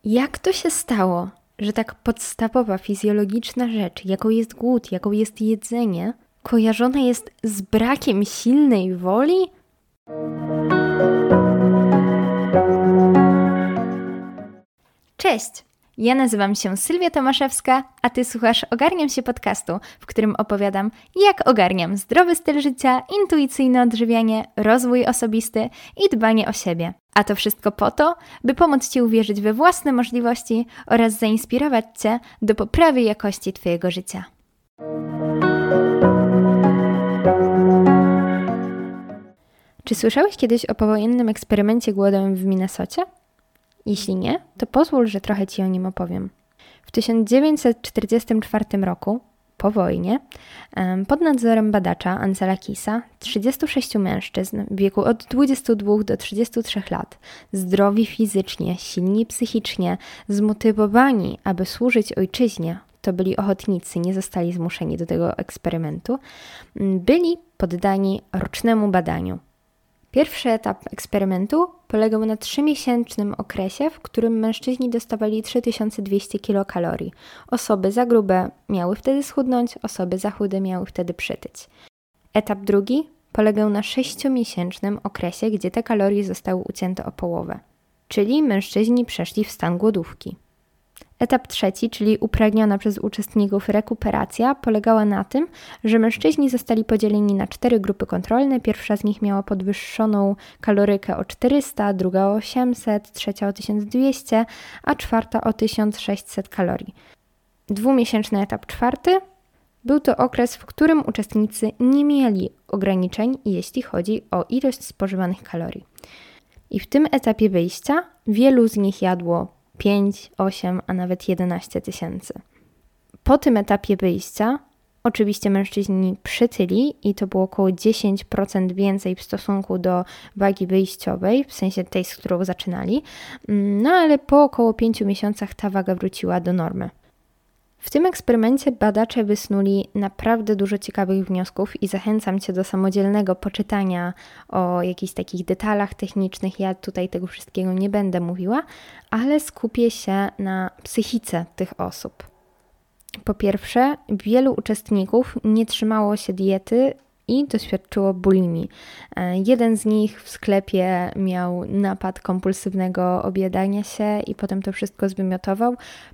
Jak to się stało, że tak podstawowa, fizjologiczna rzecz, jaką jest głód, jaką jest jedzenie, kojarzona jest z brakiem silnej woli? Cześć! Ja nazywam się Sylwia Tomaszewska, a Ty słuchasz Ogarniam się podcastu, w którym opowiadam, jak ogarniam zdrowy styl życia, intuicyjne odżywianie, rozwój osobisty i dbanie o siebie. A to wszystko po to, by pomóc Ci uwierzyć we własne możliwości oraz zainspirować Cię do poprawy jakości Twojego życia. Czy słyszałeś kiedyś o powojennym eksperymencie głodowym w Minnesocie? Jeśli nie, to pozwól, że trochę Ci o nim opowiem. W 1944 roku, po wojnie, pod nadzorem badacza Ansela Keesa, 36 mężczyzn w wieku od 22 do 33 lat, zdrowi fizycznie, silni psychicznie, zmotywowani, aby służyć ojczyźnie, to byli ochotnicy, nie zostali zmuszeni do tego eksperymentu, byli poddani rocznemu badaniu. Pierwszy etap eksperymentu polegał na 3-miesięcznym okresie, w którym mężczyźni dostawali 3200 kilokalorii. Osoby za grube miały wtedy schudnąć, osoby za chude miały wtedy przytyć. Etap drugi polegał na 6-miesięcznym okresie, gdzie te kalorie zostały ucięte o połowę, czyli mężczyźni przeszli w stan głodówki. Etap trzeci, czyli upragniona przez uczestników rekuperacja, polegała na tym, że mężczyźni zostali podzieleni na 4 grupy kontrolne. Pierwsza z nich miała podwyższoną kalorykę o 400, druga o 800, trzecia o 1200, a czwarta o 1600 kalorii. 2-miesięczny etap czwarty był to okres, w którym uczestnicy nie mieli ograniczeń, jeśli chodzi o ilość spożywanych kalorii. I w tym etapie wyjścia wielu z nich jadło 5, 8, a nawet 11 tysięcy. Po tym etapie wyjścia oczywiście mężczyźni przytyli i to było około 10% więcej w stosunku do wagi wyjściowej, w sensie tej, z którą zaczynali, no ale po około 5 miesiącach ta waga wróciła do normy. W tym eksperymencie badacze wysnuli naprawdę dużo ciekawych wniosków i zachęcam Cię do samodzielnego poczytania o jakichś takich detalach technicznych. Ja tutaj tego wszystkiego nie będę mówiła, ale skupię się na psychice tych osób. Po pierwsze, wielu uczestników nie trzymało się diety i doświadczyło bulimii. Jeden z nich w sklepie miał napad kompulsywnego objadania się i potem to wszystko zwymiotował.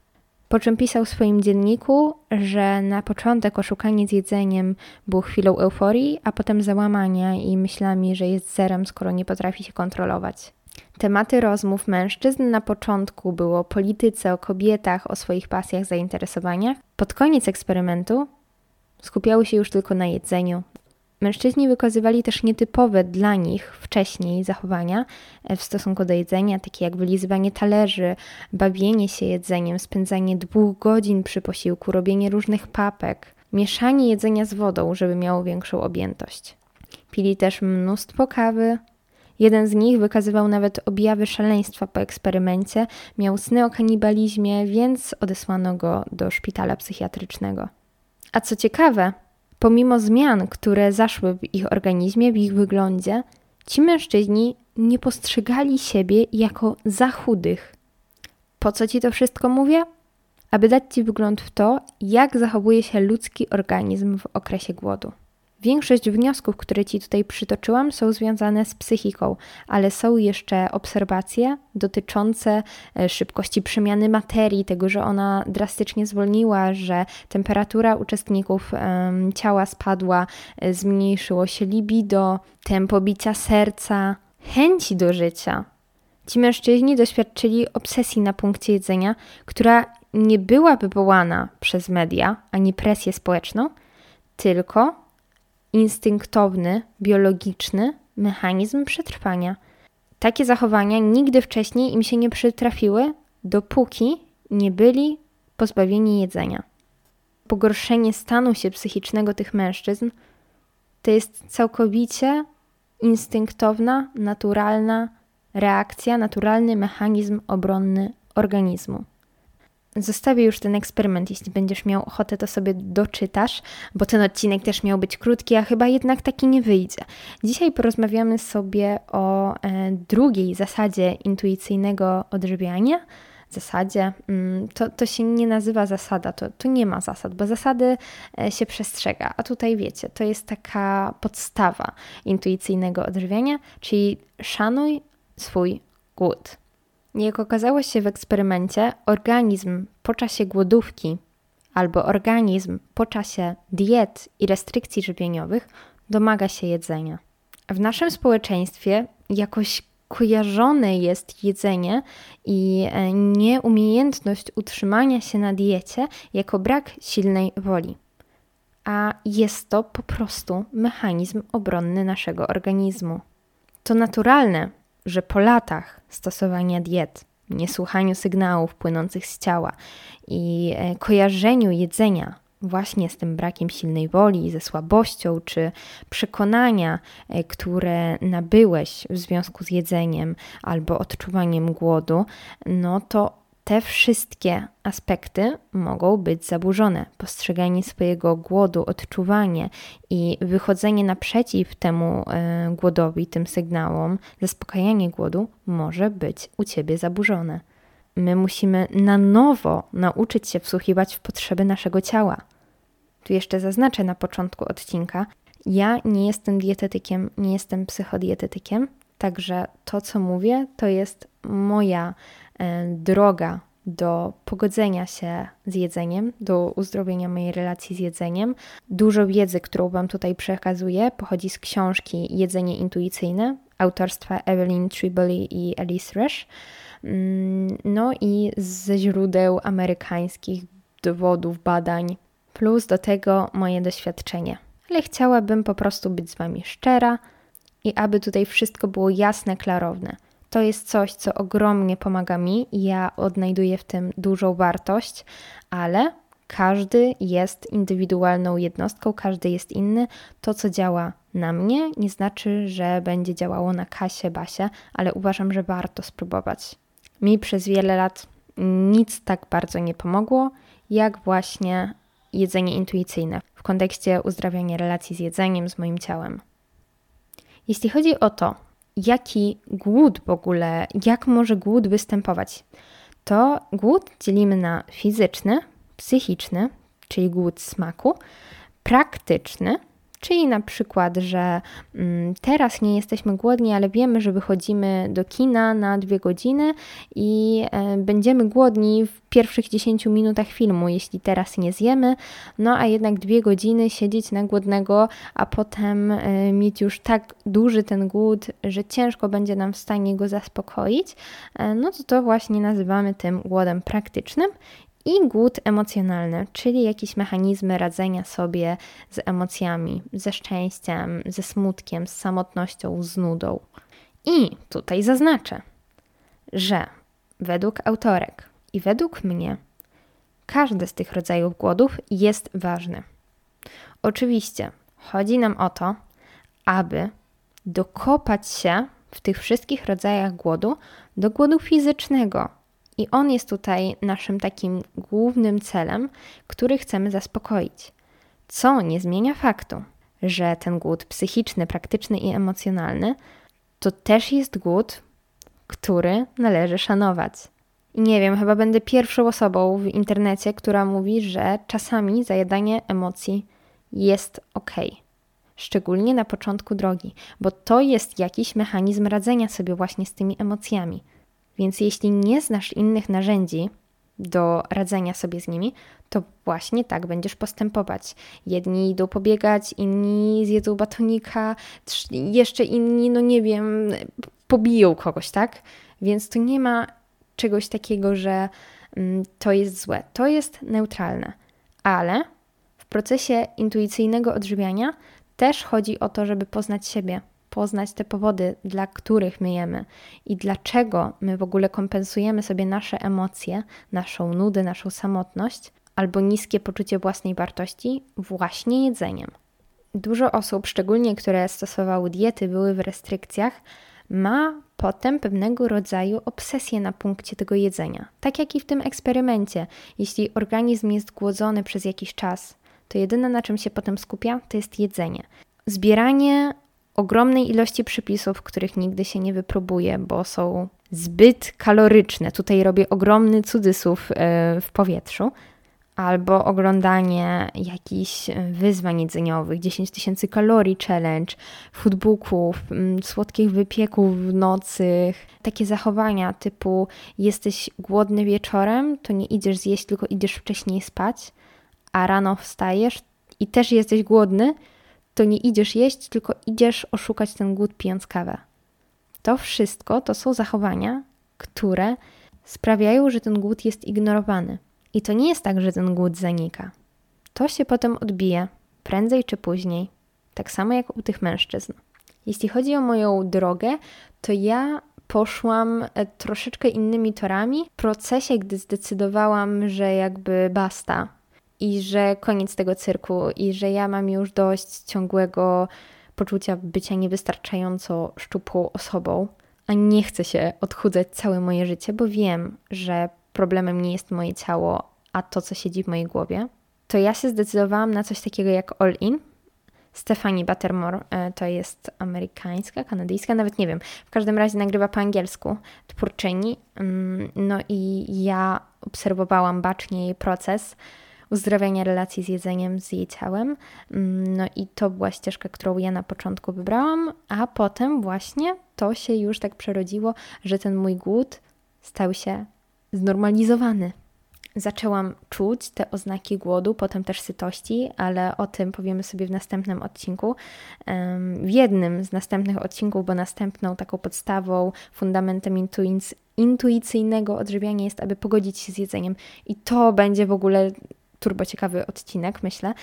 Po czym pisał w swoim dzienniku, że na początek oszukanie z jedzeniem było chwilą euforii, a potem załamania i myślami, że jest zerem, skoro nie potrafi się kontrolować. Tematy rozmów mężczyzn na początku było o polityce, o kobietach, o swoich pasjach, zainteresowaniach. Pod koniec eksperymentu skupiały się już tylko na jedzeniu. Mężczyźni wykazywali też nietypowe dla nich wcześniej zachowania w stosunku do jedzenia, takie jak wylizywanie talerzy, bawienie się jedzeniem, spędzanie 2 godzin przy posiłku, robienie różnych papek, mieszanie jedzenia z wodą, żeby miało większą objętość. Pili też mnóstwo kawy. Jeden z nich wykazywał nawet objawy szaleństwa po eksperymencie, miał sny o kanibalizmie, więc odesłano go do szpitala psychiatrycznego. A co ciekawe, pomimo zmian, które zaszły w ich organizmie, w ich wyglądzie, ci mężczyźni nie postrzegali siebie jako za chudych. Po co Ci to wszystko mówię? Aby dać Ci wgląd w to, jak zachowuje się ludzki organizm w okresie głodu. Większość wniosków, które Ci tutaj przytoczyłam, są związane z psychiką, ale są jeszcze obserwacje dotyczące szybkości przemiany materii, tego, że ona drastycznie zwolniła, że temperatura uczestników ciała spadła, zmniejszyło się libido, tempo bicia serca, chęci do życia. Ci mężczyźni doświadczyli obsesji na punkcie jedzenia, która nie była wywołana przez media ani presję społeczną, tylko instynktowny, biologiczny mechanizm przetrwania. Takie zachowania nigdy wcześniej im się nie przytrafiły, dopóki nie byli pozbawieni jedzenia. Pogorszenie stanu się psychicznego tych mężczyzn to jest całkowicie instynktowna, naturalna reakcja, naturalny mechanizm obronny organizmu. Zostawię już ten eksperyment, jeśli będziesz miał ochotę, to sobie doczytasz, bo ten odcinek też miał być krótki, a chyba jednak taki nie wyjdzie. Dzisiaj porozmawiamy sobie o drugiej zasadzie intuicyjnego odżywiania, zasadzie. To się nie nazywa zasada, to nie ma zasad, bo zasady się przestrzega, a tutaj wiecie, to jest taka podstawa intuicyjnego odżywiania, czyli szanuj swój głód. Jak okazało się w eksperymencie, organizm po czasie głodówki albo organizm po czasie diet i restrykcji żywieniowych domaga się jedzenia. W naszym społeczeństwie jakoś kojarzone jest jedzenie i nieumiejętność utrzymania się na diecie jako brak silnej woli. A jest to po prostu mechanizm obronny naszego organizmu. To naturalne, że po latach stosowania diet, niesłuchaniu sygnałów płynących z ciała i kojarzeniu jedzenia właśnie z tym brakiem silnej woli, ze słabością czy przekonania, które nabyłeś w związku z jedzeniem albo odczuwaniem głodu, no to te wszystkie aspekty mogą być zaburzone. Postrzeganie swojego głodu, odczuwanie i wychodzenie naprzeciw temu głodowi, tym sygnałom, zaspokajanie głodu może być u Ciebie zaburzone. My musimy na nowo nauczyć się wsłuchiwać w potrzeby naszego ciała. Tu jeszcze zaznaczę na początku odcinka, ja nie jestem dietetykiem, nie jestem psychodietetykiem, także to, co mówię, to jest moja droga do pogodzenia się z jedzeniem, do uzdrowienia mojej relacji z jedzeniem. Dużo wiedzy, którą Wam tutaj przekazuję, pochodzi z książki Jedzenie intuicyjne autorstwa Evelyn Tribole i Alice Resch, no i ze źródeł amerykańskich, dowodów, badań, plus do tego moje doświadczenie. Ale chciałabym po prostu być z Wami szczera i aby tutaj wszystko było jasne, klarowne. To jest coś, co ogromnie pomaga mi i ja odnajduję w tym dużą wartość, ale każdy jest indywidualną jednostką, każdy jest inny. To, co działa na mnie, nie znaczy, że będzie działało na Kasię, Basię, ale uważam, że warto spróbować. Mi przez wiele lat nic tak bardzo nie pomogło, jak właśnie jedzenie intuicyjne w kontekście uzdrawiania relacji z jedzeniem, z moim ciałem. Jeśli chodzi o to, jaki głód w ogóle, jak może głód występować, to głód dzielimy na fizyczny, psychiczny, czyli głód smaku, praktyczny, czyli na przykład, że teraz nie jesteśmy głodni, ale wiemy, że wychodzimy do kina na 2 godziny i będziemy głodni w pierwszych 10 minutach filmu, jeśli teraz nie zjemy, no a jednak 2 godziny siedzieć na głodnego, a potem mieć już tak duży ten głód, że ciężko będzie nam w stanie go zaspokoić, no to właśnie nazywamy tym głodem praktycznym. I głód emocjonalny, czyli jakieś mechanizmy radzenia sobie z emocjami, ze szczęściem, ze smutkiem, z samotnością, z nudą. I tutaj zaznaczę, że według autorek i według mnie każdy z tych rodzajów głodów jest ważny. Oczywiście chodzi nam o to, aby dokopać się w tych wszystkich rodzajach głodu do głodu fizycznego. I on jest tutaj naszym takim głównym celem, który chcemy zaspokoić. Co nie zmienia faktu, że ten głód psychiczny, praktyczny i emocjonalny to też jest głód, który należy szanować. I nie wiem, chyba będę pierwszą osobą w internecie, która mówi, że czasami zajadanie emocji jest okej. Szczególnie na początku drogi, bo to jest jakiś mechanizm radzenia sobie właśnie z tymi emocjami. Więc jeśli nie znasz innych narzędzi do radzenia sobie z nimi, to właśnie tak będziesz postępować. Jedni idą pobiegać, inni zjedzą batonika, jeszcze inni, no nie wiem, pobiją kogoś, tak? Więc tu nie ma czegoś takiego, że to jest złe. To jest neutralne. Ale w procesie intuicyjnego odżywiania też chodzi o to, żeby poznać siebie. Poznać te powody, dla których my jemy i dlaczego my w ogóle kompensujemy sobie nasze emocje, naszą nudę, naszą samotność albo niskie poczucie własnej wartości właśnie jedzeniem. Dużo osób, szczególnie które stosowały diety, były w restrykcjach, ma potem pewnego rodzaju obsesję na punkcie tego jedzenia. Tak jak i w tym eksperymencie. Jeśli organizm jest głodzony przez jakiś czas, to jedyne na czym się potem skupia, to jest jedzenie. Zbieranie ogromnej ilości przepisów, których nigdy się nie wypróbuje, bo są zbyt kaloryczne, tutaj robię ogromny cudzysłów w powietrzu, albo oglądanie jakichś wyzwań jedzeniowych, 10 000 kalorii challenge, foodbooków, słodkich wypieków w nocy. Takie zachowania typu jesteś głodny wieczorem, to nie idziesz zjeść, tylko idziesz wcześniej spać, a rano wstajesz i też jesteś głodny, to nie idziesz jeść, tylko idziesz oszukać ten głód pijąc kawę. To wszystko to są zachowania, które sprawiają, że ten głód jest ignorowany. I to nie jest tak, że ten głód zanika. To się potem odbije, prędzej czy później. Tak samo jak u tych mężczyzn. Jeśli chodzi o moją drogę, to ja poszłam troszeczkę innymi torami. W procesie, gdy zdecydowałam, że jakby basta i że koniec tego cyrku i że ja mam już dość ciągłego poczucia bycia niewystarczająco szczupłą osobą, a nie chcę się odchudzać całe moje życie, bo wiem, że problemem nie jest moje ciało, a to, co siedzi w mojej głowie, to ja się zdecydowałam na coś takiego jak All In. Stephanie Buttermore to jest amerykańska, kanadyjska, nawet nie wiem. W każdym razie nagrywa po angielsku, twórczyni. No i ja obserwowałam bacznie jej proces uzdrawiania relacji z jedzeniem, z jej ciałem. No i to była ścieżka, którą ja na początku wybrałam, a potem właśnie to się już tak przerodziło, że ten mój głód stał się znormalizowany. Zaczęłam czuć te oznaki głodu, potem też sytości, ale o tym powiemy sobie w następnym odcinku. W jednym z następnych odcinków, bo następną taką podstawą, fundamentem intuicyjnego odżywiania jest, aby pogodzić się z jedzeniem. I to będzie w ogóle turbo ciekawy odcinek, myślę,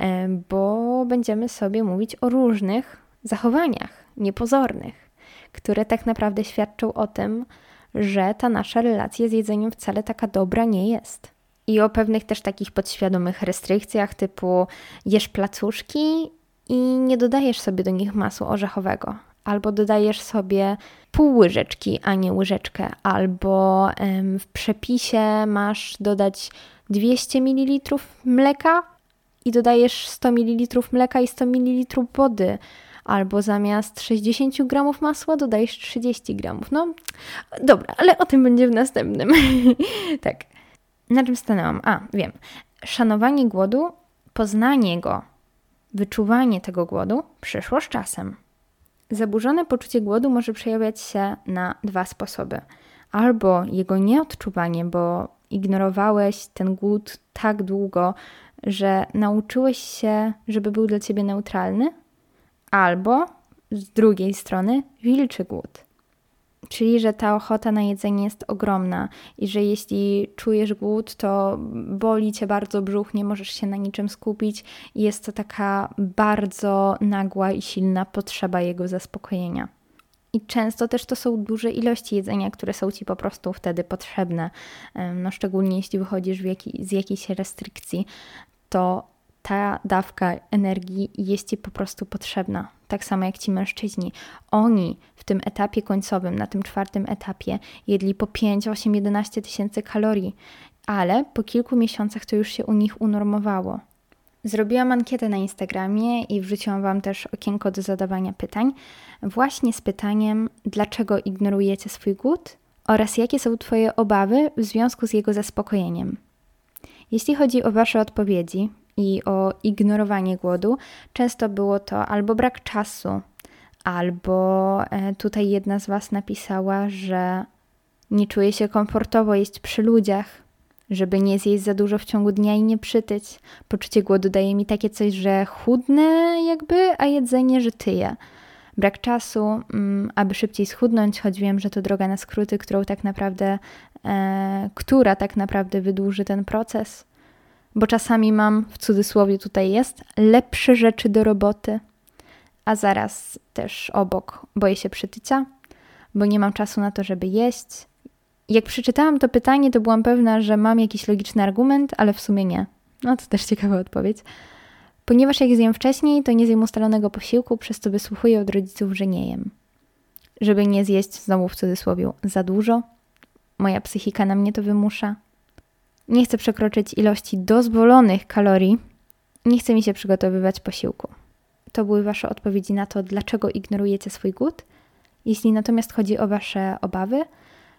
bo będziemy sobie mówić o różnych zachowaniach niepozornych, które tak naprawdę świadczą o tym, że ta nasza relacja z jedzeniem wcale taka dobra nie jest. I o pewnych też takich podświadomych restrykcjach typu jesz placuszki i nie dodajesz sobie do nich masła orzechowego. Albo dodajesz sobie pół łyżeczki, a nie łyżeczkę. Albo w przepisie masz dodać 200 ml mleka i dodajesz 100 ml mleka i 100 ml wody. Albo zamiast 60 gramów masła dodajesz 30 gramów. No dobra, ale o tym będzie w następnym. Tak. Na czym stanęłam? Wiem. Szanowanie głodu, poznanie go, wyczuwanie tego głodu przyszło z czasem. Zaburzone poczucie głodu może przejawiać się na 2 sposoby. Albo jego nieodczuwanie, bo ignorowałeś ten głód tak długo, że nauczyłeś się, żeby był dla ciebie neutralny, albo z drugiej strony wilczy głód. Czyli, że ta ochota na jedzenie jest ogromna i że jeśli czujesz głód, to boli cię bardzo brzuch, nie możesz się na niczym skupić i jest to taka bardzo nagła i silna potrzeba jego zaspokojenia. I często też to są duże ilości jedzenia, które są ci po prostu wtedy potrzebne. No, szczególnie jeśli wychodzisz z jakiejś restrykcji, to ta dawka energii jest ci po prostu potrzebna. Tak samo jak ci mężczyźni. Oni w tym etapie końcowym, na tym 4. etapie jedli po 5, 8, 11 tysięcy kalorii, ale po kilku miesiącach to już się u nich unormowało. Zrobiłam ankietę na Instagramie i wrzuciłam Wam też okienko do zadawania pytań, właśnie z pytaniem, dlaczego ignorujecie swój głód oraz jakie są Twoje obawy w związku z jego zaspokojeniem. Jeśli chodzi o Wasze odpowiedzi i o ignorowanie głodu, często było to albo brak czasu, albo tutaj jedna z Was napisała, że nie czuje się komfortowo jeść przy ludziach, żeby nie zjeść za dużo w ciągu dnia i nie przytyć. Poczucie głodu daje mi takie coś, że chudnę jakby, a jedzenie, że tyję. Brak czasu, aby szybciej schudnąć, choć wiem, że to droga na skróty, która tak naprawdę wydłuży ten proces. Bo czasami mam, w cudzysłowie tutaj jest, lepsze rzeczy do roboty, a zaraz też obok boję się przytycia, bo nie mam czasu na to, żeby jeść. Jak przeczytałam to pytanie, to byłam pewna, że mam jakiś logiczny argument, ale w sumie nie. No to też ciekawa odpowiedź. Ponieważ jak zjem wcześniej, to nie zjem ustalonego posiłku, przez to wysłuchuję od rodziców, że nie jem. Żeby nie zjeść, znowu w cudzysłowie, za dużo. Moja psychika na mnie to wymusza. Nie chcę przekroczyć ilości dozwolonych kalorii. Nie chce mi się przygotowywać posiłku. To były Wasze odpowiedzi na to, dlaczego ignorujecie swój głód. Jeśli natomiast chodzi o Wasze obawy,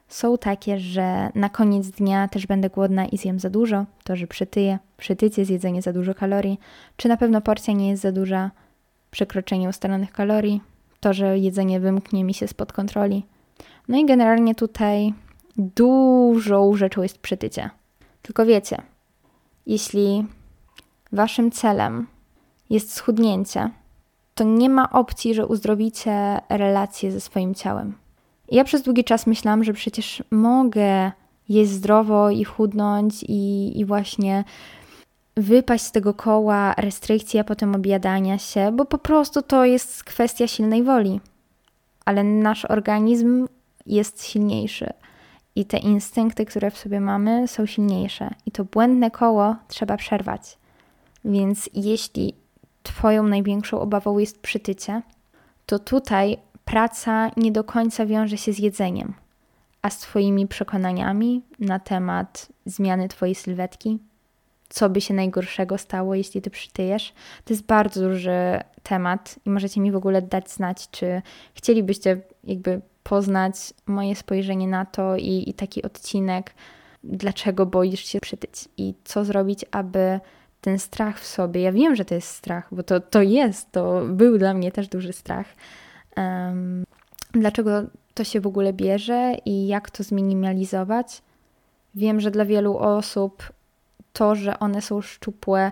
są takie, że na koniec dnia też będę głodna i zjem za dużo, to, że przytycie, zjedzenie za dużo kalorii, czy na pewno porcja nie jest za duża, przekroczenie ustalonych kalorii, to, że jedzenie wymknie mi się spod kontroli. No i generalnie tutaj dużą rzeczą jest przytycie. Tylko wiecie, jeśli waszym celem jest schudnięcie, to nie ma opcji, że uzdrowicie relacje ze swoim ciałem. Ja przez długi czas myślałam, że przecież mogę jeść zdrowo i chudnąć i właśnie wypaść z tego koła restrykcji, a potem objadania się, bo po prostu to jest kwestia silnej woli. Ale nasz organizm jest silniejszy i te instynkty, które w sobie mamy, są silniejsze. I to błędne koło trzeba przerwać. Więc jeśli twoją największą obawą jest przytycie, to tutaj praca nie do końca wiąże się z jedzeniem, a z twoimi przekonaniami na temat zmiany twojej sylwetki, co by się najgorszego stało, jeśli ty przytyjesz. To jest bardzo duży temat i możecie mi w ogóle dać znać, czy chcielibyście jakby poznać moje spojrzenie na to i taki odcinek, dlaczego boisz się przytyć i co zrobić, aby ten strach w sobie, ja wiem, że to jest strach, bo to był dla mnie też duży strach. Dlaczego to się w ogóle bierze i jak to zminimalizować? Wiem, że dla wielu osób to, że one są szczupłe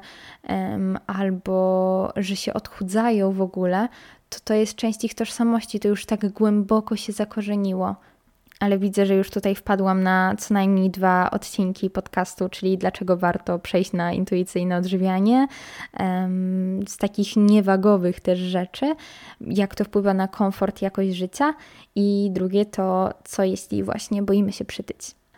albo że się odchudzają w ogóle, to jest część ich tożsamości, to już tak głęboko się zakorzeniło. Ale widzę, że już tutaj wpadłam na co najmniej 2 odcinki podcastu, czyli dlaczego warto przejść na intuicyjne odżywianie, z takich niewagowych też rzeczy, jak to wpływa na komfort, jakość życia i drugie to, co jeśli właśnie boimy się przytyć.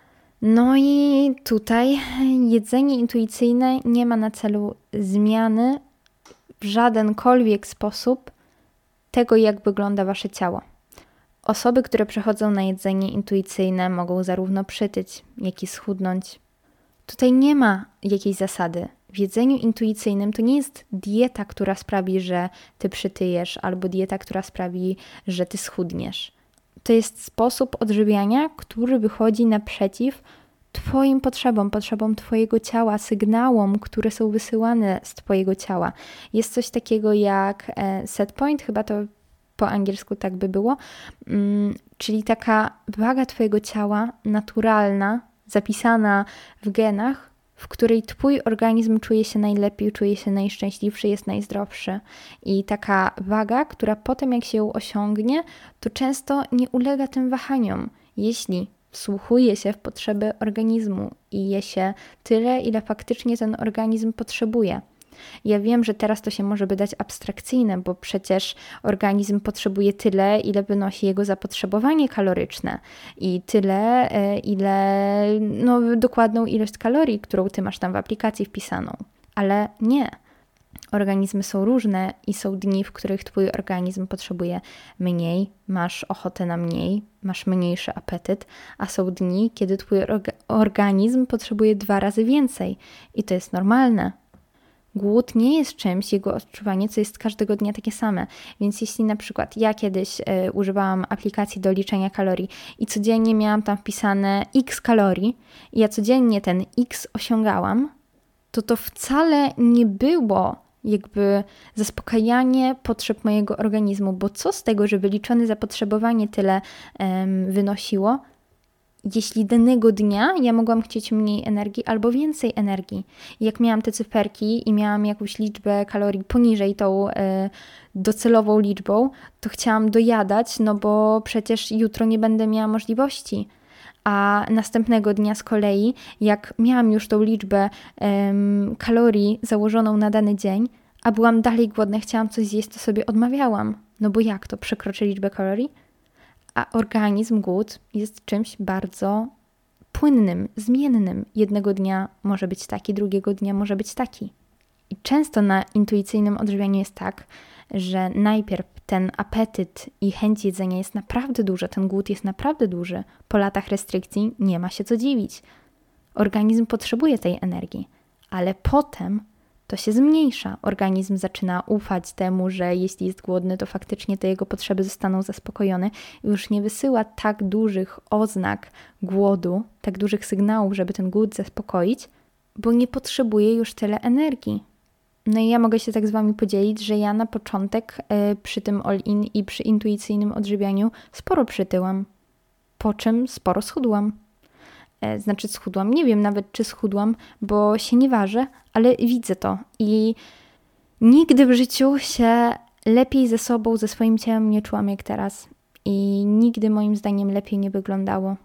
No i tutaj jedzenie intuicyjne nie ma na celu zmiany w żadenkolwiek sposób tego, jak wygląda wasze ciało. Osoby, które przechodzą na jedzenie intuicyjne, mogą zarówno przytyć, jak i schudnąć. Tutaj nie ma jakiejś zasady. W jedzeniu intuicyjnym to nie jest dieta, która sprawi, że ty przytyjesz, albo dieta, która sprawi, że ty schudniesz. To jest sposób odżywiania, który wychodzi naprzeciw twoim potrzebom twojego ciała, sygnałom, które są wysyłane z twojego ciała. Jest coś takiego jak set point, chyba to po angielsku tak by było, czyli taka waga twojego ciała naturalna, zapisana w genach, w której twój organizm czuje się najlepiej, czuje się najszczęśliwszy, jest najzdrowszy. I taka waga, która potem jak się ją osiągnie, to często nie ulega tym wahaniom. Jeśli wsłuchuje się w potrzeby organizmu i je się tyle, ile faktycznie ten organizm potrzebuje. Ja wiem, że teraz to się może wydać abstrakcyjne, bo przecież organizm potrzebuje tyle, ile wynosi jego zapotrzebowanie kaloryczne i tyle, ile dokładną ilość kalorii, którą ty masz tam w aplikacji wpisaną. Ale nie. Organizmy są różne i są dni, w których twój organizm potrzebuje mniej, masz ochotę na mniej, masz mniejszy apetyt, a są dni, kiedy twój organizm potrzebuje 2 razy więcej i to jest normalne. Głód nie jest czymś, jego odczuwanie, co jest każdego dnia takie same. Więc jeśli na przykład ja kiedyś używałam aplikacji do liczenia kalorii i codziennie miałam tam wpisane x kalorii i ja codziennie ten x osiągałam, to wcale nie było jakby zaspokajanie potrzeb mojego organizmu, bo co z tego, że wyliczone zapotrzebowanie tyle wynosiło, jeśli danego dnia ja mogłam chcieć mniej energii albo więcej energii. Jak miałam te cyferki i miałam jakąś liczbę kalorii poniżej tą docelową liczbą, to chciałam dojadać, no bo przecież jutro nie będę miała możliwości. A następnego dnia z kolei, jak miałam już tą liczbę kalorii założoną na dany dzień, a byłam dalej głodna, chciałam coś zjeść, to sobie odmawiałam. No bo jak to? Przekroczę liczbę kalorii? A organizm, głód jest czymś bardzo płynnym, zmiennym. Jednego dnia może być taki, drugiego dnia może być taki. I często na intuicyjnym odżywianiu jest tak, że najpierw ten apetyt i chęć jedzenia jest naprawdę duży, ten głód jest naprawdę duży. Po latach restrykcji nie ma się co dziwić. Organizm potrzebuje tej energii, ale potem to się zmniejsza. Organizm zaczyna ufać temu, że jeśli jest głodny, to faktycznie te jego potrzeby zostaną zaspokojone i już nie wysyła tak dużych oznak głodu, tak dużych sygnałów, żeby ten głód zaspokoić, bo nie potrzebuje już tyle energii. No i ja mogę się tak z Wami podzielić, że ja na początek przy tym all-in i przy intuicyjnym odżywianiu sporo przytyłam, po czym sporo schudłam. Znaczy schudłam, nie wiem nawet czy schudłam, bo się nie ważę, ale widzę to i nigdy w życiu się lepiej ze sobą, ze swoim ciałem nie czułam jak teraz i nigdy moim zdaniem lepiej nie wyglądało.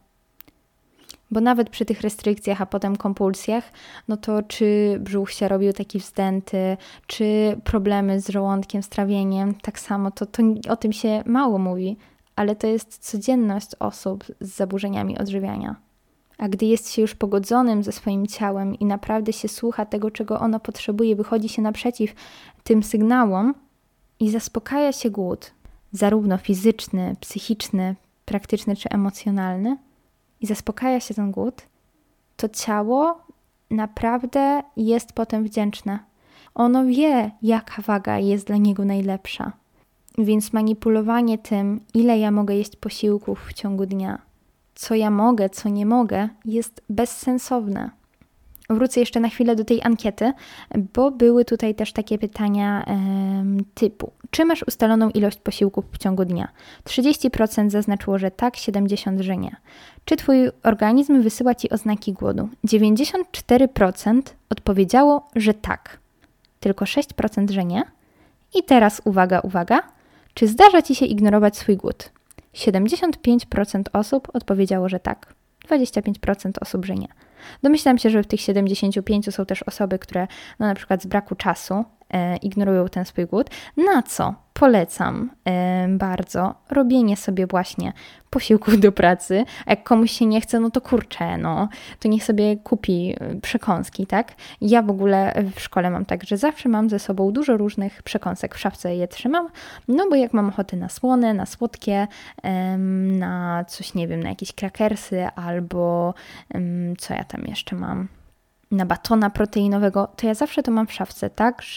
Bo nawet przy tych restrykcjach, a potem kompulsjach, no to czy brzuch się robił taki wzdęty, czy problemy z żołądkiem, z trawieniem, tak samo, to o tym się mało mówi, ale to jest codzienność osób z zaburzeniami odżywiania. A gdy jest się już pogodzonym ze swoim ciałem i naprawdę się słucha tego, czego ono potrzebuje, wychodzi się naprzeciw tym sygnałom i zaspokaja się głód, zarówno fizyczny, psychiczny, praktyczny czy emocjonalny, i zaspokaja się ten głód, to ciało naprawdę jest potem wdzięczne. Ono wie, jaka waga jest dla niego najlepsza. Więc manipulowanie tym, ile ja mogę jeść posiłków w ciągu dnia, co ja mogę, co nie mogę, jest bezsensowne. Wrócę jeszcze na chwilę do tej ankiety, bo były tutaj też takie pytania typu: czy masz ustaloną ilość posiłków w ciągu dnia? 30% zaznaczyło, że tak, 70% że nie. Czy Twój organizm wysyła Ci oznaki głodu? 94% odpowiedziało, że tak. Tylko 6% że nie. I teraz uwaga, uwaga. Czy zdarza Ci się ignorować swój głód? 75% osób odpowiedziało, że tak. 25% osób, że nie. Domyślam się, że w tych 75 są też osoby, które na przykład z braku czasu ignorują ten swój głód, na co polecam bardzo robienie sobie właśnie posiłków do pracy. A jak komuś się nie chce, no to kurczę, to niech sobie kupi przekąski, tak? Ja w ogóle w szkole mam tak, że zawsze mam ze sobą dużo różnych przekąsek, w szafce je trzymam, no bo jak mam ochotę na słone, na słodkie, na coś, nie wiem, na jakieś krakersy albo co ja tam jeszcze mam, na batona proteinowego, to ja zawsze to mam w szafce,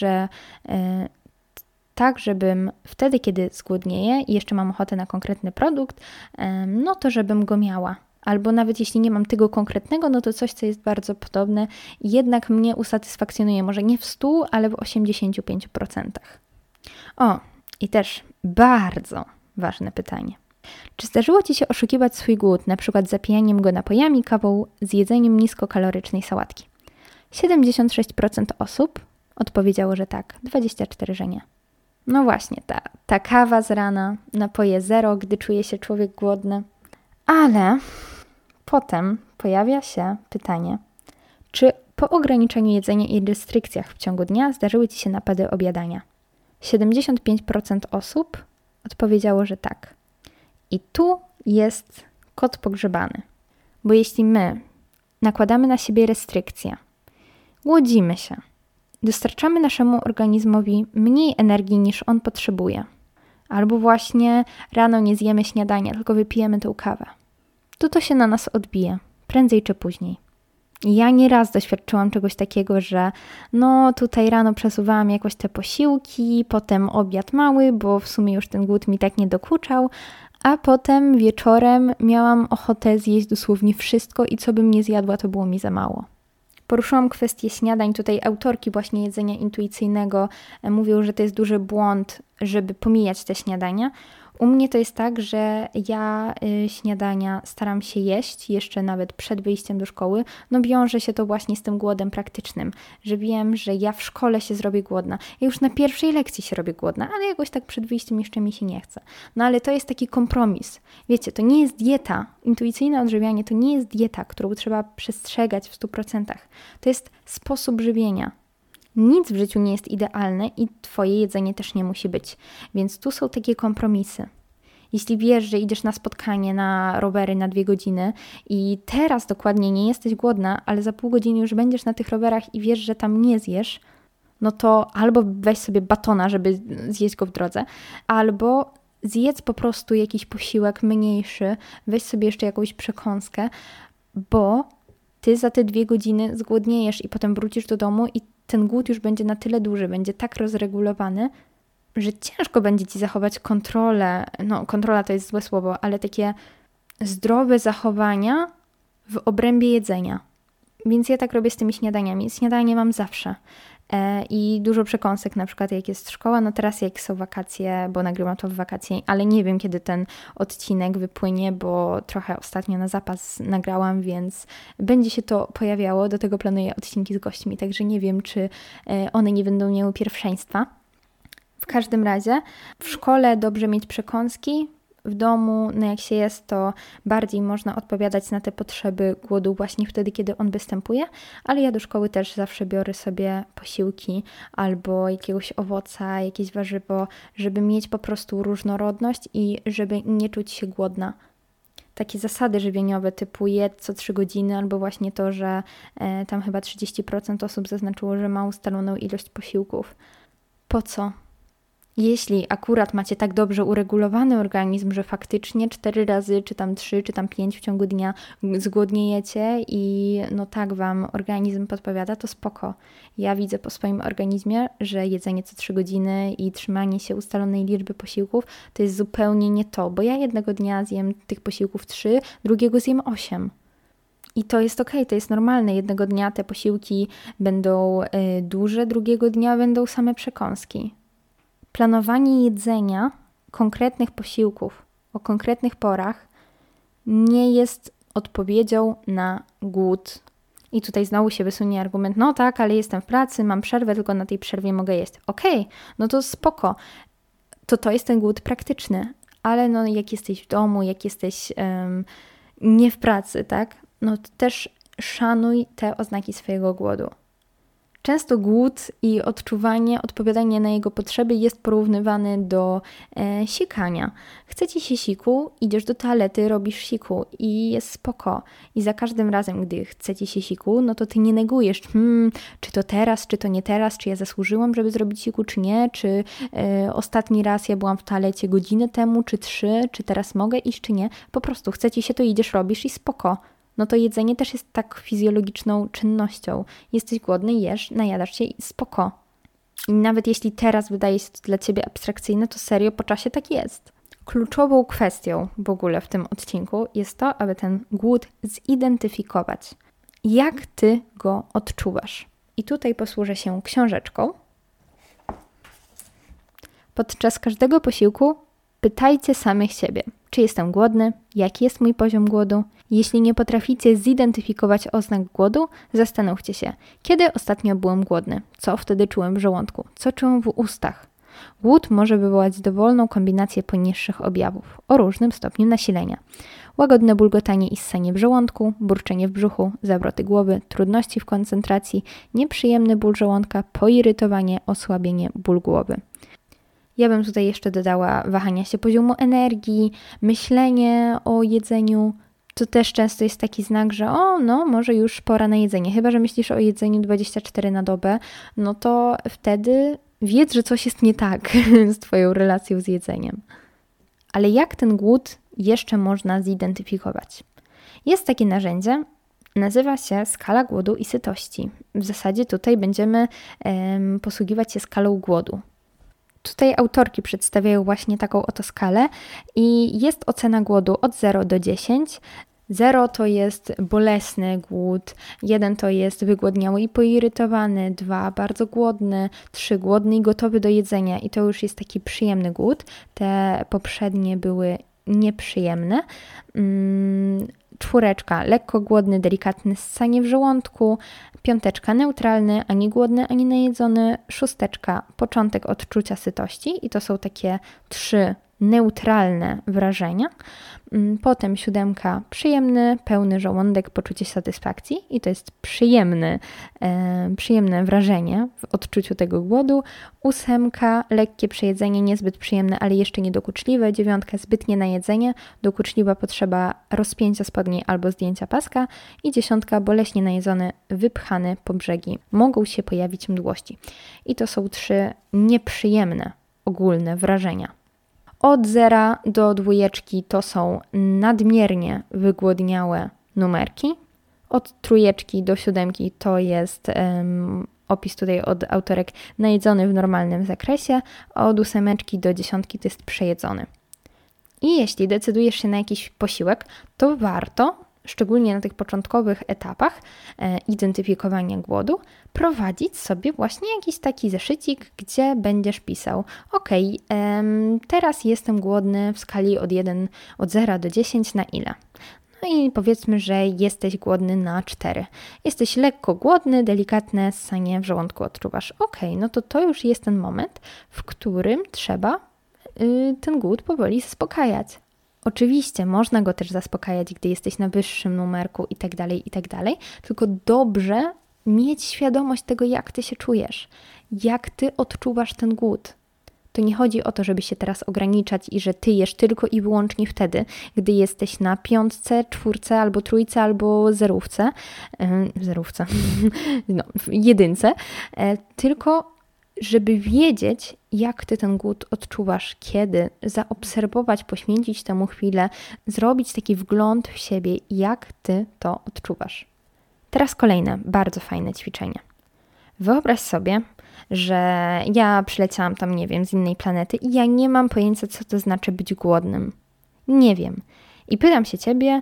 tak, żebym wtedy, kiedy zgłodnieję i jeszcze mam ochotę na konkretny produkt, no to żebym go miała. Albo nawet jeśli nie mam tego konkretnego, no to coś, co jest bardzo podobne i jednak mnie usatysfakcjonuje, może nie w 100, ale w 85%. O, i też bardzo ważne pytanie. Czy zdarzyło Ci się oszukiwać swój głód, na przykład zapijaniem go napojami, kawą, z jedzeniem niskokalorycznej sałatki? 76% osób odpowiedziało, że tak, 24% że nie. No właśnie, ta kawa z rana, napoje zero, gdy czuje się człowiek głodny. Ale potem pojawia się pytanie, czy po ograniczeniu jedzenia i restrykcjach w ciągu dnia zdarzyły Ci się napady objadania? 75% osób odpowiedziało, że tak. I tu jest kot pogrzebany. Bo jeśli my nakładamy na siebie restrykcje, głodzimy się, dostarczamy naszemu organizmowi mniej energii niż on potrzebuje, albo właśnie rano nie zjemy śniadania, tylko wypijemy tę kawę, to się na nas odbije, prędzej czy później. Ja nieraz doświadczyłam czegoś takiego, że tutaj rano przesuwałam jakoś te posiłki, potem obiad mały, bo w sumie już ten głód mi tak nie dokuczał, a potem wieczorem miałam ochotę zjeść dosłownie wszystko i co bym nie zjadła, to było mi za mało. Poruszyłam kwestię śniadań. Tutaj autorki właśnie jedzenia intuicyjnego mówią, że to jest duży błąd, żeby pomijać te śniadania. U mnie to jest tak, że ja śniadania staram się jeść jeszcze nawet przed wyjściem do szkoły. Wiąże się to właśnie z tym głodem praktycznym, że wiem, że ja w szkole się zrobię głodna. Ja już na pierwszej lekcji się robię głodna, ale jakoś tak przed wyjściem jeszcze mi się nie chce. Ale to jest taki kompromis. Wiecie, to nie jest dieta. Intuicyjne odżywianie to nie jest dieta, którą trzeba przestrzegać w 100%. To jest sposób żywienia. Nic w życiu nie jest idealne i Twoje jedzenie też nie musi być. Więc tu są takie kompromisy. Jeśli wiesz, że idziesz na spotkanie, na rowery na 2 godziny i teraz dokładnie nie jesteś głodna, ale za pół godziny już będziesz na tych rowerach i wiesz, że tam nie zjesz, no to albo weź sobie batona, żeby zjeść go w drodze, albo zjedz po prostu jakiś posiłek mniejszy, weź sobie jeszcze jakąś przekąskę, bo Ty za te 2 godziny zgłodniejesz i potem wrócisz do domu i ten głód już będzie na tyle duży, będzie tak rozregulowany, że ciężko będzie Ci zachować kontrolę. No, kontrola to jest złe słowo, ale takie zdrowe zachowania w obrębie jedzenia. Więc ja tak robię z tymi śniadaniami. Śniadanie mam zawsze. I dużo przekąsek, na przykład jak jest szkoła, no teraz jak są wakacje, bo nagrywam to w wakacje, ale nie wiem kiedy ten odcinek wypłynie, bo trochę ostatnio na zapas nagrałam, więc będzie się to pojawiało, do tego planuję odcinki z gośćmi, także nie wiem, czy one nie będą miały pierwszeństwa. W każdym razie w szkole dobrze mieć przekąski, w domu, no jak się jest, to bardziej można odpowiadać na te potrzeby głodu właśnie wtedy, kiedy on występuje, ale ja do szkoły też zawsze biorę sobie posiłki albo jakiegoś owoca, jakieś warzywo, żeby mieć po prostu różnorodność i żeby nie czuć się głodna. Takie zasady żywieniowe typu jedz co 3 godziny albo właśnie to, że tam chyba 30% osób zaznaczyło, że ma ustaloną ilość posiłków. Po co? Jeśli akurat macie tak dobrze uregulowany organizm, że faktycznie 4 razy, czy tam 3, czy tam 5 w ciągu dnia zgłodniejecie i no tak Wam organizm podpowiada, to spoko. Ja widzę po swoim organizmie, że jedzenie co 3 godziny i trzymanie się ustalonej liczby posiłków to jest zupełnie nie to, bo ja jednego dnia zjem tych posiłków 3, drugiego zjem 8. I to jest okej, to jest normalne. Jednego dnia te posiłki będą duże, drugiego dnia będą same przekąski. Planowanie jedzenia konkretnych posiłków o konkretnych porach nie jest odpowiedzią na głód. I tutaj znowu się wysunie argument, no tak, ale jestem w pracy, mam przerwę, tylko na tej przerwie mogę jeść. Okej, no to spoko. To jest ten głód praktyczny, ale no jak jesteś w domu, jak jesteś nie w pracy, tak, no to też szanuj te oznaki swojego głodu. Często głód i odczuwanie, odpowiadanie na jego potrzeby jest porównywany do sikania. Chce Ci się siku, idziesz do toalety, robisz siku i jest spoko. I za każdym razem, gdy chce Ci się siku, no to Ty nie negujesz, czy to teraz, czy to nie teraz, czy ja zasłużyłam, żeby zrobić siku, czy nie, czy ostatni raz ja byłam w toalecie godzinę temu, czy 3, czy teraz mogę iść, czy nie. Po prostu chce Ci się, to idziesz, robisz i spoko. No to jedzenie też jest tak fizjologiczną czynnością. Jesteś głodny, jesz, najadasz się i spoko. I nawet jeśli teraz wydaje się to dla Ciebie abstrakcyjne, to serio po czasie tak jest. Kluczową kwestią w ogóle w tym odcinku jest to, aby ten głód zidentyfikować. Jak Ty go odczuwasz? I tutaj posłużę się książeczką. Podczas każdego posiłku pytajcie samych siebie, czy jestem głodny, jaki jest mój poziom głodu. Jeśli nie potraficie zidentyfikować oznak głodu, zastanówcie się, kiedy ostatnio byłem głodny, co wtedy czułem w żołądku, co czułem w ustach. Głód może wywołać dowolną kombinację poniższych objawów o różnym stopniu nasilenia. Łagodne bulgotanie i ssanie w żołądku, burczenie w brzuchu, zawroty głowy, trudności w koncentracji, nieprzyjemny ból żołądka, poirytowanie, osłabienie, ból głowy. Ja bym tutaj jeszcze dodała wahania się poziomu energii, myślenie o jedzeniu. To też często jest taki znak, że może już pora na jedzenie. Chyba że myślisz o jedzeniu 24 na dobę, no to wtedy wiedz, że coś jest nie tak z Twoją relacją z jedzeniem. Ale jak ten głód jeszcze można zidentyfikować? Jest takie narzędzie, nazywa się skala głodu i sytości. W zasadzie tutaj będziemy posługiwać się skalą głodu. Tutaj autorki przedstawiają właśnie taką oto skalę i jest ocena głodu od 0 do 10. 0 to jest bolesny głód, 1 to jest wygłodniały i poirytowany, 2 bardzo głodny, 3 głodny i gotowy do jedzenia i to już jest taki przyjemny głód. Te poprzednie były nieprzyjemne. 4 lekko głodny, delikatne ssanie w żołądku, 5 neutralny, ani głodny, ani najedzony, 6 początek odczucia sytości i to są takie 3 neutralne wrażenia. Potem 7 przyjemny, pełny żołądek, poczucie satysfakcji i to jest przyjemne wrażenie w odczuciu tego głodu. 8 lekkie przejedzenie, niezbyt przyjemne, ale jeszcze niedokuczliwe. 9 zbytnie najedzenie, dokuczliwa potrzeba rozpięcia spodni albo zdjęcia paska i 10 boleśnie najedzony, wypchany po brzegi. Mogą się pojawić mdłości. I to są 3 nieprzyjemne ogólne wrażenia. Od 0 do 2 to są nadmiernie wygłodniałe numerki. Od 3 do 7 to jest opis tutaj od autorek najedzony w normalnym zakresie, a od 8 do 10 to jest przejedzony. I jeśli decydujesz się na jakiś posiłek, to warto, szczególnie na tych początkowych etapach identyfikowania głodu, prowadzić sobie właśnie jakiś taki zeszycik, gdzie będziesz pisał: teraz jestem głodny w skali od 0 do 10 na ile? No i powiedzmy, że jesteś głodny na 4. Jesteś lekko głodny, delikatne ssanie w żołądku odczuwasz. No to już jest ten moment, w którym trzeba ten głód powoli zaspokajać. Oczywiście można go też zaspokajać, gdy jesteś na wyższym numerku i tak dalej, tylko dobrze mieć świadomość tego, jak ty się czujesz, jak ty odczuwasz ten głód. To nie chodzi o to, żeby się teraz ograniczać i że ty jesz tylko i wyłącznie wtedy, gdy jesteś na 5, 4 albo 3 albo 0, jedynce, tylko żeby wiedzieć, jak ty ten głód odczuwasz, kiedy, zaobserwować, poświęcić temu chwilę, zrobić taki wgląd w siebie, jak ty to odczuwasz. Teraz kolejne bardzo fajne ćwiczenie. Wyobraź sobie, że ja przyleciałam tam, nie wiem, z innej planety i ja nie mam pojęcia, co to znaczy być głodnym. Nie wiem. I pytam się ciebie,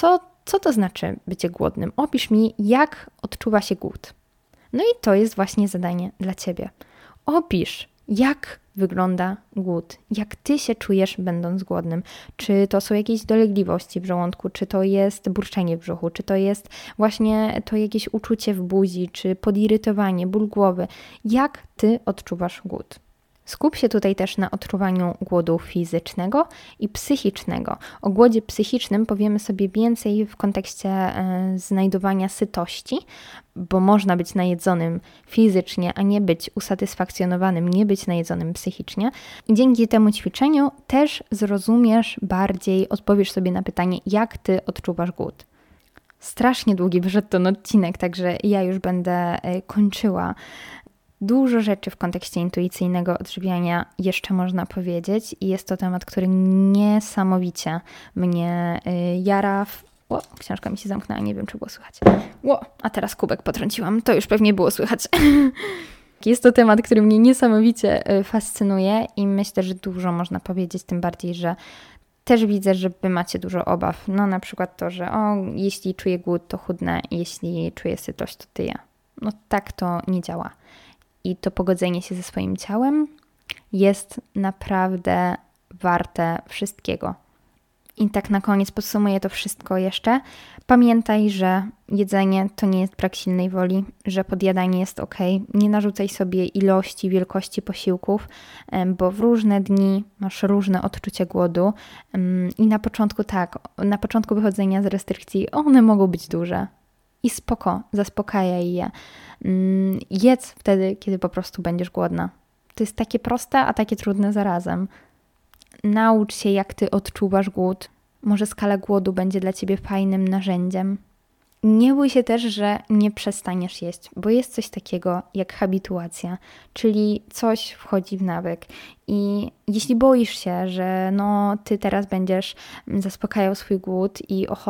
co to znaczy bycie głodnym? Opisz mi, jak odczuwa się głód. No i to jest właśnie zadanie dla ciebie. Opisz, jak wygląda głód, jak ty się czujesz, będąc głodnym. Czy to są jakieś dolegliwości w żołądku, czy to jest burczenie w brzuchu, czy to jest właśnie to jakieś uczucie w buzi, czy podirytowanie, ból głowy. Jak ty odczuwasz głód? Skup się tutaj też na odczuwaniu głodu fizycznego i psychicznego. O głodzie psychicznym powiemy sobie więcej w kontekście znajdowania sytości, bo można być najedzonym fizycznie, a nie być usatysfakcjonowanym, nie być najedzonym psychicznie. I dzięki temu ćwiczeniu też zrozumiesz bardziej, odpowiesz sobie na pytanie, jak ty odczuwasz głód. Strasznie długi wyszedł ten odcinek, także ja już będę kończyła. Dużo rzeczy w kontekście intuicyjnego odżywiania jeszcze można powiedzieć i jest to temat, który niesamowicie mnie jara. Książka mi się zamknęła, nie wiem, czy było słychać. A teraz kubek potrąciłam, to już pewnie było słychać. Jest to temat, który mnie niesamowicie fascynuje i myślę, że dużo można powiedzieć, tym bardziej, że też widzę, że wy macie dużo obaw. No na przykład to, że jeśli czuję głód, to chudnę, jeśli czuję sytość, to tyję. No tak to nie działa. I to pogodzenie się ze swoim ciałem jest naprawdę warte wszystkiego. I tak na koniec podsumuję to wszystko jeszcze. Pamiętaj, że jedzenie to nie jest brak silnej woli, że podjadanie jest ok. Nie narzucaj sobie ilości, wielkości posiłków, bo w różne dni masz różne odczucie głodu. I na początku wychodzenia z restrykcji one mogą być duże. I zaspokajaj je. Jedz wtedy, kiedy po prostu będziesz głodna. To jest takie proste, a takie trudne zarazem. Naucz się, jak ty odczuwasz głód. Może skala głodu będzie dla ciebie fajnym narzędziem. Nie bój się też, że nie przestaniesz jeść, bo jest coś takiego jak habituacja, czyli coś wchodzi w nawyk. I jeśli boisz się, że ty teraz będziesz zaspokajał swój głód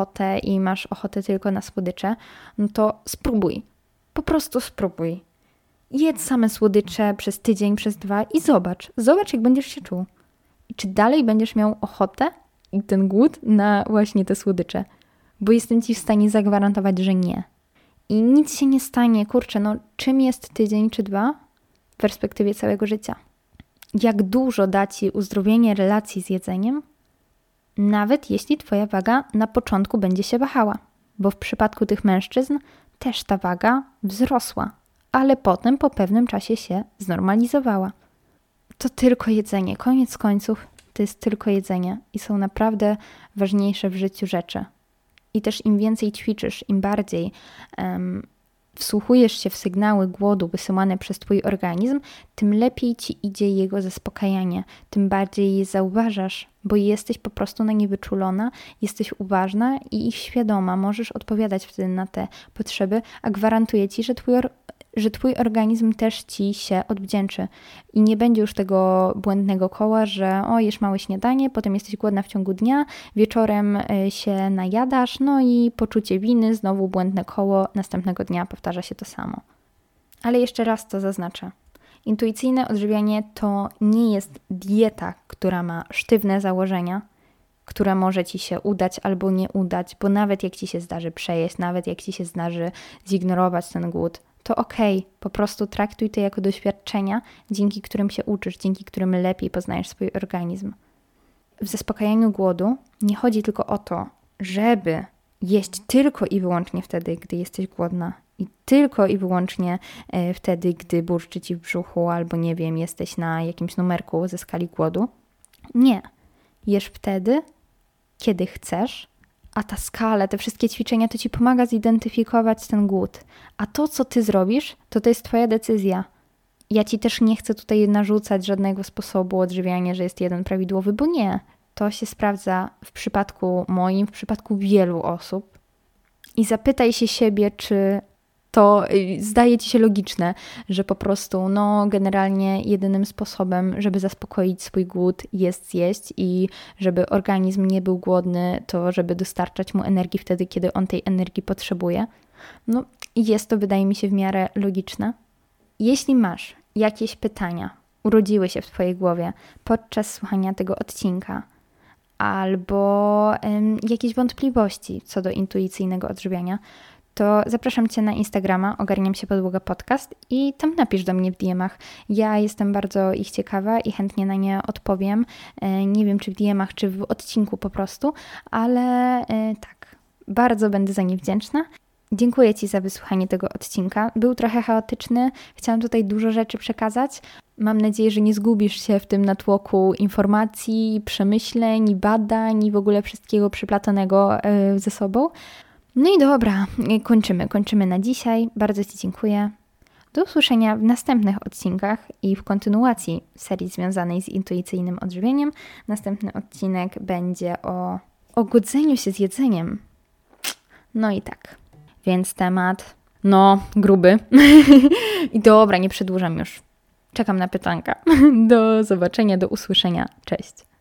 i masz ochotę tylko na słodycze, no to spróbuj. Po prostu spróbuj. Jedz same słodycze przez tydzień, przez 2 i zobacz. Zobacz, jak będziesz się czuł. I czy dalej będziesz miał ochotę i ten głód na właśnie te słodycze. Bo jestem ci w stanie zagwarantować, że nie. I nic się nie stanie. Czym jest tydzień czy 2 w perspektywie całego życia? Jak dużo da ci uzdrowienie relacji z jedzeniem? Nawet jeśli twoja waga na początku będzie się wahała. Bo w przypadku tych mężczyzn też ta waga wzrosła. Ale potem po pewnym czasie się znormalizowała. To tylko jedzenie. Koniec końców to jest tylko jedzenie. I są naprawdę ważniejsze w życiu rzeczy. I też im więcej ćwiczysz, im bardziej wsłuchujesz się w sygnały głodu wysyłane przez twój organizm, tym lepiej ci idzie jego zaspokajanie, tym bardziej je zauważasz, bo jesteś po prostu na nie wyczulona, jesteś uważna i świadoma, możesz odpowiadać wtedy na te potrzeby, a gwarantuję ci, że twój organizm też ci się odwdzięczy i nie będzie już tego błędnego koła, że jesz małe śniadanie, potem jesteś głodna w ciągu dnia, wieczorem się najadasz, i poczucie winy, znowu błędne koło, następnego dnia powtarza się to samo. Ale jeszcze raz to zaznaczę. Intuicyjne odżywianie to nie jest dieta, która ma sztywne założenia, która może Ci się udać albo nie udać, bo nawet jak Ci się zdarzy przejeść, nawet jak Ci się zdarzy zignorować ten głód, to okej, po prostu traktuj to jako doświadczenia, dzięki którym się uczysz, dzięki którym lepiej poznajesz swój organizm. W zaspokajaniu głodu nie chodzi tylko o to, żeby jeść tylko i wyłącznie wtedy, gdy jesteś głodna i tylko i wyłącznie wtedy, gdy burczy Ci w brzuchu albo nie wiem, jesteś na jakimś numerku ze skali głodu. Nie. Jesz wtedy, kiedy chcesz, a ta skala, te wszystkie ćwiczenia to Ci pomaga zidentyfikować ten głód. A to, co Ty zrobisz, to jest Twoja decyzja. Ja Ci też nie chcę tutaj narzucać żadnego sposobu odżywiania, że jest jeden prawidłowy, bo nie. To się sprawdza w przypadku moim, w przypadku wielu osób. I zapytaj się siebie, czy to zdaje Ci się logiczne, że po prostu generalnie jedynym sposobem, żeby zaspokoić swój głód jest zjeść i żeby organizm nie był głodny, to żeby dostarczać mu energii wtedy, kiedy on tej energii potrzebuje. Jest to, wydaje mi się, w miarę logiczne. Jeśli masz jakieś pytania, urodziły się w Twojej głowie podczas słuchania tego odcinka, albo jakieś wątpliwości co do intuicyjnego odżywiania, to zapraszam Cię na Instagrama, Ogarniam się podłoga podcast i tam napisz do mnie w DM-ach. Ja jestem bardzo ich ciekawa i chętnie na nie odpowiem. Nie wiem, czy w DM-ach, czy w odcinku po prostu, ale tak, bardzo będę za nie wdzięczna. Dziękuję Ci za wysłuchanie tego odcinka. Był trochę chaotyczny, chciałam tutaj dużo rzeczy przekazać. Mam nadzieję, że nie zgubisz się w tym natłoku informacji, przemyśleń, badań i w ogóle wszystkiego przyplatanego ze sobą. No i dobra, kończymy na dzisiaj. Bardzo Ci dziękuję. Do usłyszenia w następnych odcinkach i w kontynuacji serii związanej z intuicyjnym odżywieniem. Następny odcinek będzie o godzeniu się z jedzeniem. No i tak, więc temat, gruby. I dobra, nie przedłużam już. Czekam na pytanka. Do zobaczenia, do usłyszenia. Cześć.